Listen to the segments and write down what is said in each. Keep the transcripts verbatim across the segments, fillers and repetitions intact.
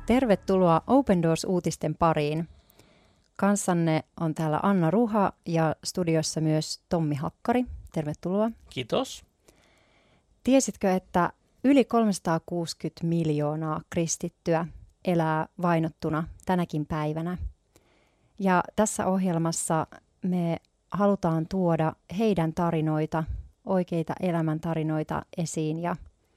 Tervetuloa Open Doors-uutisten pariin. Kanssanne on täällä Anna Ruha ja studiossa myös Tommi Hakkari. Tervetuloa. Kiitos. Tiesitkö, että yli kolmesataakuusikymmentä miljoonaa kristittyä elää vainottuna tänäkin päivänä? Ja tässä ohjelmassa me halutaan tuoda heidän tarinoita, oikeita elämäntarinoita esiin, ja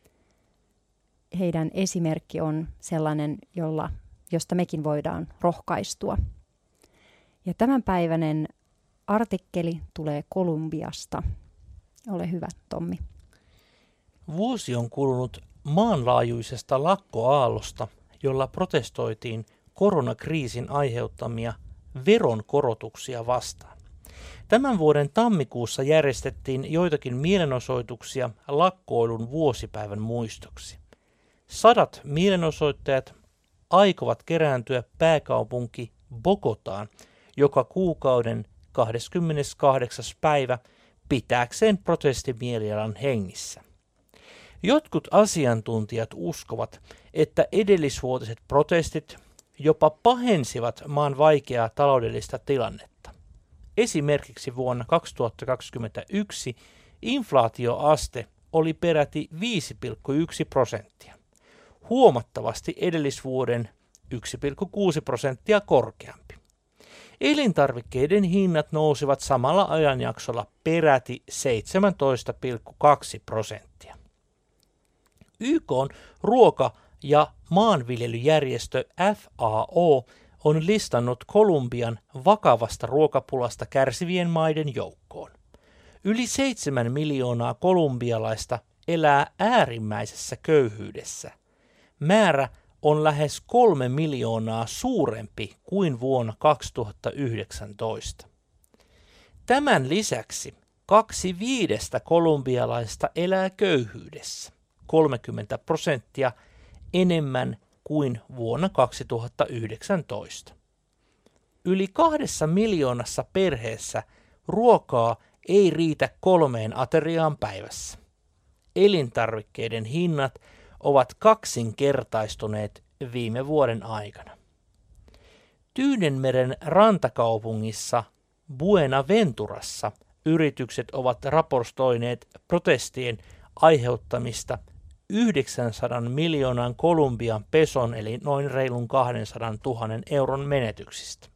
heidän esimerkki on sellainen, jolla, josta mekin voidaan rohkaistua. Ja tämänpäiväinen artikkeli tulee Kolumbiasta. Ole hyvä, Tommi. Vuosi on kulunut maanlaajuisesta lakkoaallosta, jolla protestoitiin koronakriisin aiheuttamia veronkorotuksia vastaan. Tämän vuoden tammikuussa järjestettiin joitakin mielenosoituksia lakkoilun vuosipäivän muistoksi. Sadat mielenosoittajat aikovat kerääntyä pääkaupunki Bogotaan joka kuukauden kahdeskymmeneskahdeksas päivä pitääkseen protestimielialan hengissä. Jotkut asiantuntijat uskovat, että edellisvuotiset protestit jopa pahensivat maan vaikeaa taloudellista tilannetta. Esimerkiksi vuonna kaksituhattakaksikymmentäyksi inflaatioaste oli peräti viisi pilkku yksi prosenttia, huomattavasti edellisvuoden yksi pilkku kuusi prosenttia korkeampi. Elintarvikkeiden hinnat nousivat samalla ajanjaksolla peräti seitsemäntoista pilkku kaksi prosenttia. Y K:n ruoka- ja maanviljelyjärjestö F A O on listannut Kolumbian vakavasta ruokapulasta kärsivien maiden joukkoon. Yli seitsemän miljoonaa kolumbialaista elää äärimmäisessä köyhyydessä. Määrä on lähes kolme miljoonaa suurempi kuin vuonna kaksituhattayhdeksäntoista. Tämän lisäksi kaksi viidestä kolumbialaista elää köyhyydessä, kolmekymmentä prosenttia enemmän kuin vuonna kaksituhattayhdeksäntoista. Yli kahdessa miljoonassa perheessä ruokaa ei riitä kolmeen ateriaan päivässä. Elintarvikkeiden hinnat ovat kaksinkertaistuneet viime vuoden aikana. Tyynenmeren rantakaupungissa Buenaventurassa yritykset ovat raportoineet protestien aiheuttamista yhdeksänsadan miljoonan Kolumbian peson eli noin reilun kaksisataa euron menetyksistä.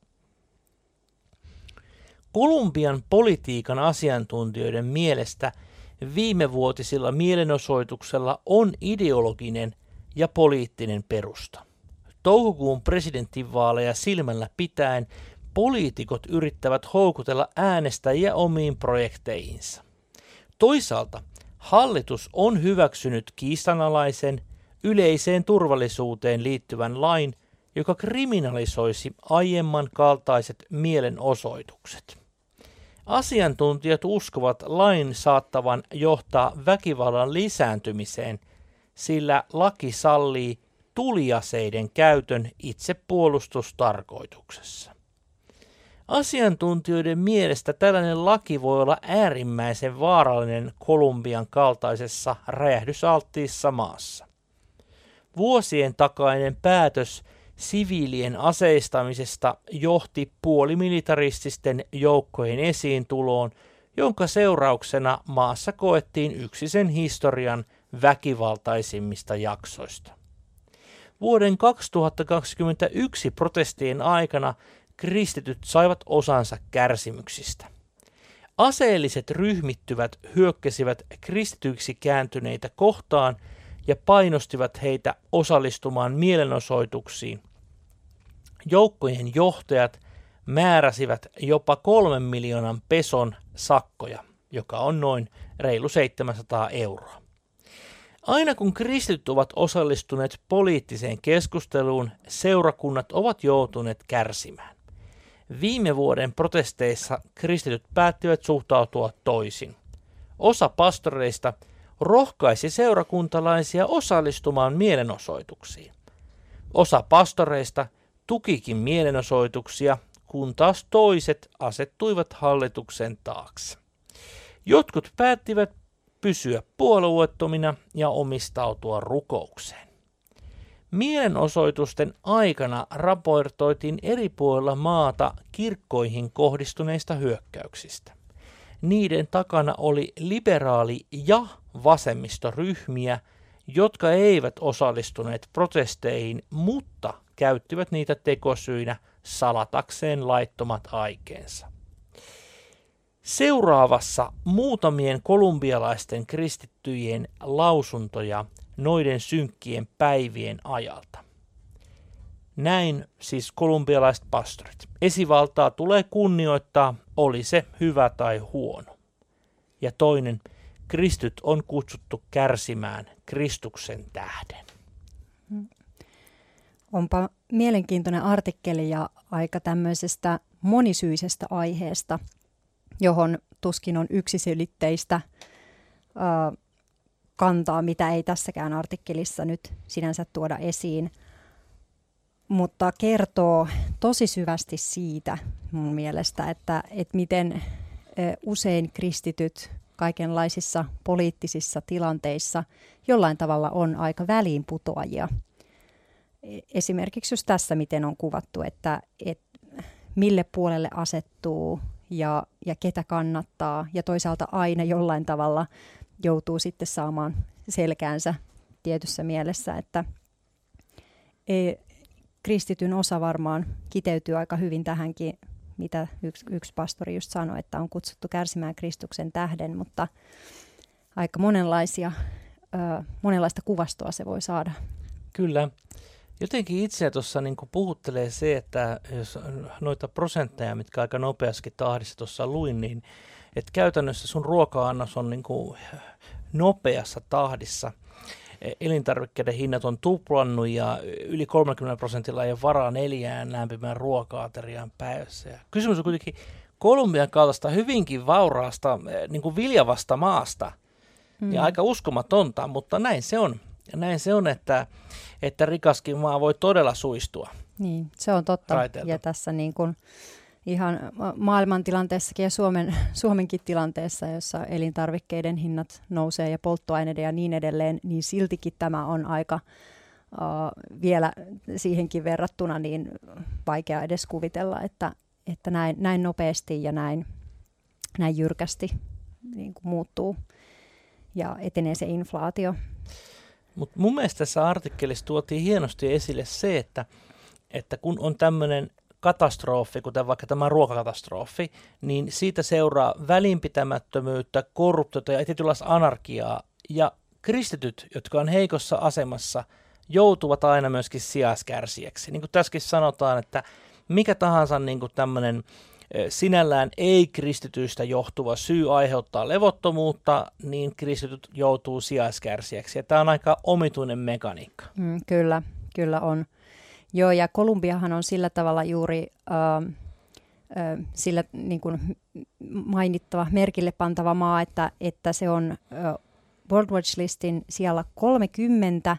Kolumbian politiikan asiantuntijoiden mielestä viimevuotisilla mielenosoituksella on ideologinen ja poliittinen perusta. Toukokuun presidentinvaaleja silmällä pitäen poliitikot yrittävät houkutella äänestäjiä omiin projekteihinsa. Toisaalta hallitus on hyväksynyt kiistanalaisen yleiseen turvallisuuteen liittyvän lain, joka kriminalisoisi aiemman kaltaiset mielenosoitukset. Asiantuntijat uskovat lain saattavan johtaa väkivallan lisääntymiseen, sillä laki sallii tuliaseiden käytön itsepuolustustarkoituksessa. Asiantuntijoiden mielestä tällainen laki voi olla äärimmäisen vaarallinen Kolumbian kaltaisessa räjähdysalttiissa maassa. Vuosien takainen päätös siviilien aseistamisesta johti puolimilitarististen joukkojen esiintuloon, jonka seurauksena maassa koettiin yksi sen historian väkivaltaisimmista jaksoista. Vuoden kaksituhattakaksikymmentäyksi protestien aikana kristityt saivat osansa kärsimyksistä. Aseelliset ryhmittyvät hyökkäsivät kristityiksi kääntyneitä kohtaan ja painostivat heitä osallistumaan mielenosoituksiin. Joukkojen johtajat määräsivät jopa kolmen miljoonan peson sakkoja, joka on noin reilu seitsemänsataa euroa. Aina kun kristityt ovat osallistuneet poliittiseen keskusteluun, seurakunnat ovat joutuneet kärsimään. Viime vuoden protesteissa kristityt päättivät suhtautua toisin. Osa pastoreista rohkaisi seurakuntalaisia osallistumaan mielenosoituksiin. Osa pastoreista tukikin mielenosoituksia, kun taas toiset asettuivat hallituksen taakse. Jotkut päättivät pysyä puolueettomina ja omistautua rukoukseen. Mielenosoitusten aikana raportoitiin eri puolilla maata kirkkoihin kohdistuneista hyökkäyksistä. Niiden takana oli liberaali- ja vasemmistoryhmiä, jotka eivät osallistuneet protesteihin, mutta käyttivät niitä tekosyinä salatakseen laittomat aikeensa. Seuraavassa muutamien kolumbialaisten kristittyjen lausuntoja noiden synkkien päivien ajalta. Näin siis kolumbialaiset pastorit. Esivaltaa tulee kunnioittaa, oli se hyvä tai huono. Ja toinen, kristyt on kutsuttu kärsimään Kristuksen tähden. Onpa mielenkiintoinen artikkeli ja aika tämmöisestä monisyisestä aiheesta, johon tuskin on yksiselitteistä äh, kantaa, mitä ei tässäkään artikkelissa nyt sinänsä tuoda esiin, mutta kertoo tosi syvästi siitä mun mielestä, että, että miten äh, usein kristityt kaikenlaisissa poliittisissa tilanteissa jollain tavalla on aika väliinputoajia. Esimerkiksi just tässä, miten on kuvattu, että, että mille puolelle asettuu ja, ja ketä kannattaa, ja toisaalta aina jollain tavalla joutuu sitten saamaan selkäänsä tietyssä mielessä, että ei, kristityn osa varmaan kiteytyy aika hyvin tähänkin, mitä yksi, yksi pastori just sanoi, että on kutsuttu kärsimään Kristuksen tähden, mutta aika monenlaisia, ö, monenlaista kuvastoa se voi saada. Kyllä. Jotenkin itseä tuossa niin puhuttelee se, että jos noita prosentteja, mitkä aika nopeasti tahdissa tuossa luin, niin että käytännössä sun ruoka-annos on niin kuin nopeassa tahdissa. Elintarvikkeiden hinnat on tuplannut ja yli kolmekymmentä prosentilla ei ole varaa neljään lämpimään ruoka-ateriaan päivässä. Ja kysymys on kuitenkin Kolumbian kaltaista hyvinkin vauraasta, niin kuin viljavasta maasta. Mm. Ja aika uskomatonta, mutta näin se on. Ja näin se on, että, että rikaskin maa voi todella suistua. Niin, se on totta. Raiteelta. Ja tässä niin kuin ihan maailmantilanteessakin ja Suomen, Suomenkin tilanteessa, jossa elintarvikkeiden hinnat nousee ja polttoaineiden ja niin edelleen, niin siltikin tämä on aika uh, vielä siihenkin verrattuna niin vaikea edes kuvitella, että, että näin, näin nopeasti ja näin, näin jyrkästi niin kuin muuttuu ja etenee se inflaatio. Mutta mun mielestä tässä artikkelissa tuotiin hienosti esille se, että, että kun on tämmöinen katastrofi, kuten vaikka tämä ruokakatastrofi, niin siitä seuraa välinpitämättömyyttä, korruptiota ja tietynlaista anarkiaa. Ja kristityt, jotka on heikossa asemassa, joutuvat aina myöskin sijaiskärsijäksi. Niin kuin tässäkin sanotaan, että mikä tahansa niin kuin tämmöinen sinällään ei-kristityistä johtuva syy aiheuttaa levottomuutta, niin kristityt joutuu sijaiskärsijäksi. Ja tämä on aika omituinen mekaniikka. Mm, kyllä, kyllä on. Joo, ja Kolumbiahan on sillä tavalla juuri äh, äh, sillä niin kuin mainittava, merkille pantava maa, että, että se on äh, World Watch Listin siellä kolmekymmentä,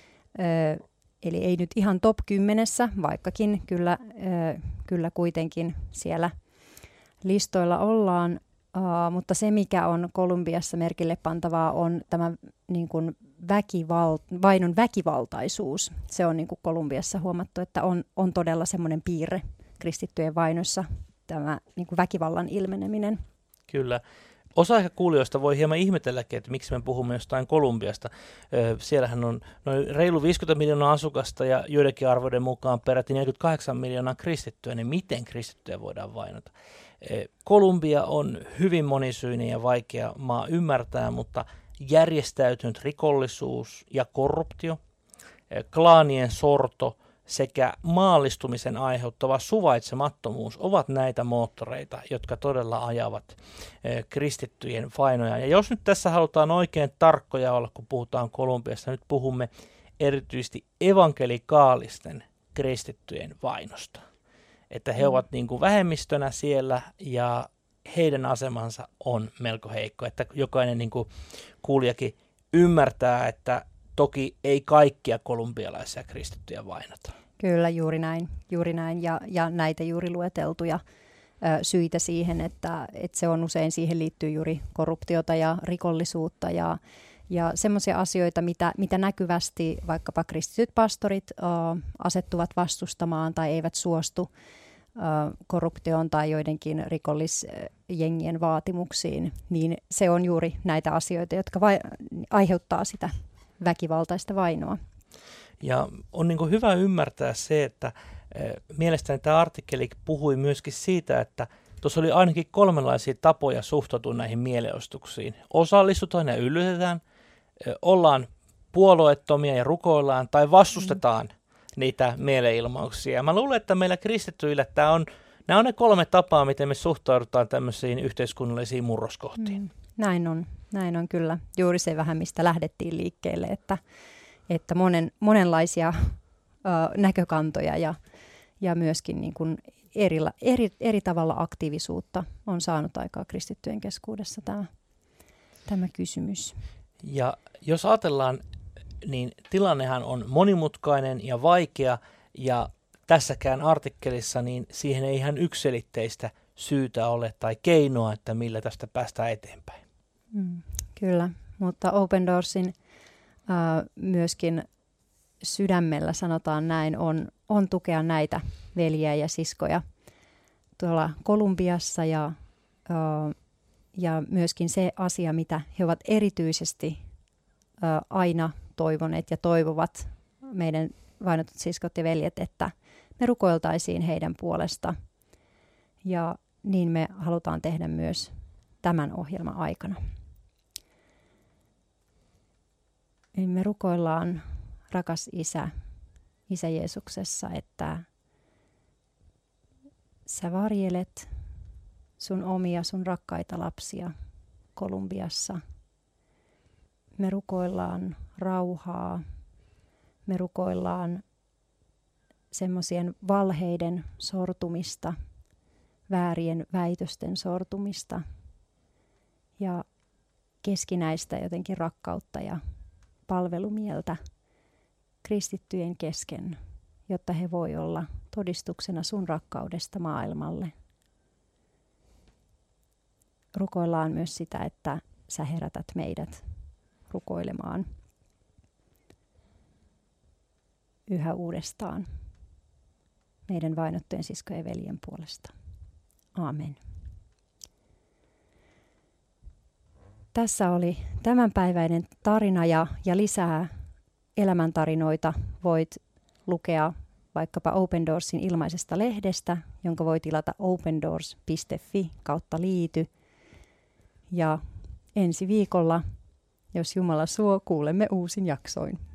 äh, eli ei nyt ihan top kymmenessä, vaikkakin kyllä, äh, kyllä kuitenkin siellä listoilla ollaan, uh, mutta se mikä on Kolumbiassa merkille pantavaa on tämä niin kuin väkival- vainon väkivaltaisuus. Se on niin kuin Kolumbiassa huomattu, että on, on todella semmoinen piirre kristittyjen vainossa, tämä niin kuin väkivallan ilmeneminen. Kyllä. Osa ehkä kuulijoista voi hieman ihmetelläkin, että miksi me puhumme jostain Kolumbiasta. Siellähän on noin reilu viisikymmentä miljoonaa asukasta ja joidenkin arvoiden mukaan peräti neljäkymmentäkahdeksan miljoonaa kristittyä, niin miten kristittyjä voidaan vainota? Kolumbia on hyvin monisyinen ja vaikea maa ymmärtää, mutta järjestäytynyt rikollisuus ja korruptio, klaanien sorto sekä maallistumisen aiheuttava suvaitsemattomuus ovat näitä moottoreita, jotka todella ajavat kristittyjen vainoja. Ja jos nyt tässä halutaan oikein tarkkoja olla, kun puhutaan Kolumbiasta, nyt puhumme erityisesti evankelikaalisten kristittyjen vainosta. Että he ovat niin kuin vähemmistönä siellä ja heidän asemansa on melko heikko. Että jokainen niin kuin kuulijakin ymmärtää, että toki ei kaikkia kolumbialaisia kristittyjä vainota. Kyllä, juuri näin. Juuri näin. Ja, ja näitä juuri lueteltuja ö, syitä siihen, että, että se on usein siihen liittyy juuri korruptiota ja rikollisuutta ja, Ja semmoisia asioita, mitä, mitä näkyvästi vaikkapa kristityt pastorit uh, asettuvat vastustamaan tai eivät suostu uh, korruptioon tai joidenkin rikollisjengien vaatimuksiin, niin se on juuri näitä asioita, jotka vai- aiheuttaa sitä väkivaltaista vainoa. Ja on niin kuin hyvä ymmärtää se, että eh, mielestäni tämä artikkeli puhui myöskin siitä, että tuossa oli ainakin kolmenlaisia tapoja suhtautua näihin mielenostuksiin. Osallistutaan ja yllytetään, eh, ollaan puolueettomia ja rukoillaan tai vastustetaan mm. niitä mielenilmauksia. Mä luulen, että meillä kristittyillä tämä on, nämä on ne kolme tapaa, miten me suhtaudutaan tämmöisiin yhteiskunnallisiin murroskohtiin. Mm. Näin on, näin on kyllä. Juuri se vähän, mistä lähdettiin liikkeelle, että että monen, monenlaisia ö, näkökantoja ja, ja myöskin niin kuin eri, eri, eri tavalla aktiivisuutta on saanut aikaa kristittyjen keskuudessa tämä, tämä kysymys. Ja jos ajatellaan, niin tilannehan on monimutkainen ja vaikea, ja tässäkään artikkelissa niin siihen ei ihan yksiselitteistä syytä ole tai keinoa, että millä tästä päästään eteenpäin. Mm, kyllä, mutta Open Doorsin Uh, myöskin sydämellä, sanotaan näin, on, on tukea näitä veljiä ja siskoja tuolla Kolumbiassa ja, uh, ja myöskin se asia, mitä he ovat erityisesti uh, aina toivoneet ja toivovat, meidän vainotut siskot ja veljet, että me rukoiltaisiin heidän puolesta, ja niin me halutaan tehdä myös tämän ohjelman aikana. Eli me rukoillaan, rakas Isä, Isä Jeesuksessa, että sä varjelet sun omia, sun rakkaita lapsia Kolumbiassa. Me rukoillaan rauhaa, me rukoillaan semmoisien valheiden sortumista, väärien väitösten sortumista ja keskinäistä jotenkin rakkautta ja palvelumieltä kristittyjen kesken, jotta he voi olla todistuksena sun rakkaudesta maailmalle. Rukoillaan myös sitä, että sä herätät meidät rukoilemaan yhä uudestaan meidän vainottujen siskojen ja veljen puolesta. Aamen. Tässä oli tämänpäiväinen tarina ja, ja lisää elämäntarinoita voit lukea vaikkapa Open Doorsin ilmaisesta lehdestä, jonka voi tilata opendoors piste fi kautta liity. Ja ensi viikolla, jos Jumala suo, kuulemme uusin jaksoin.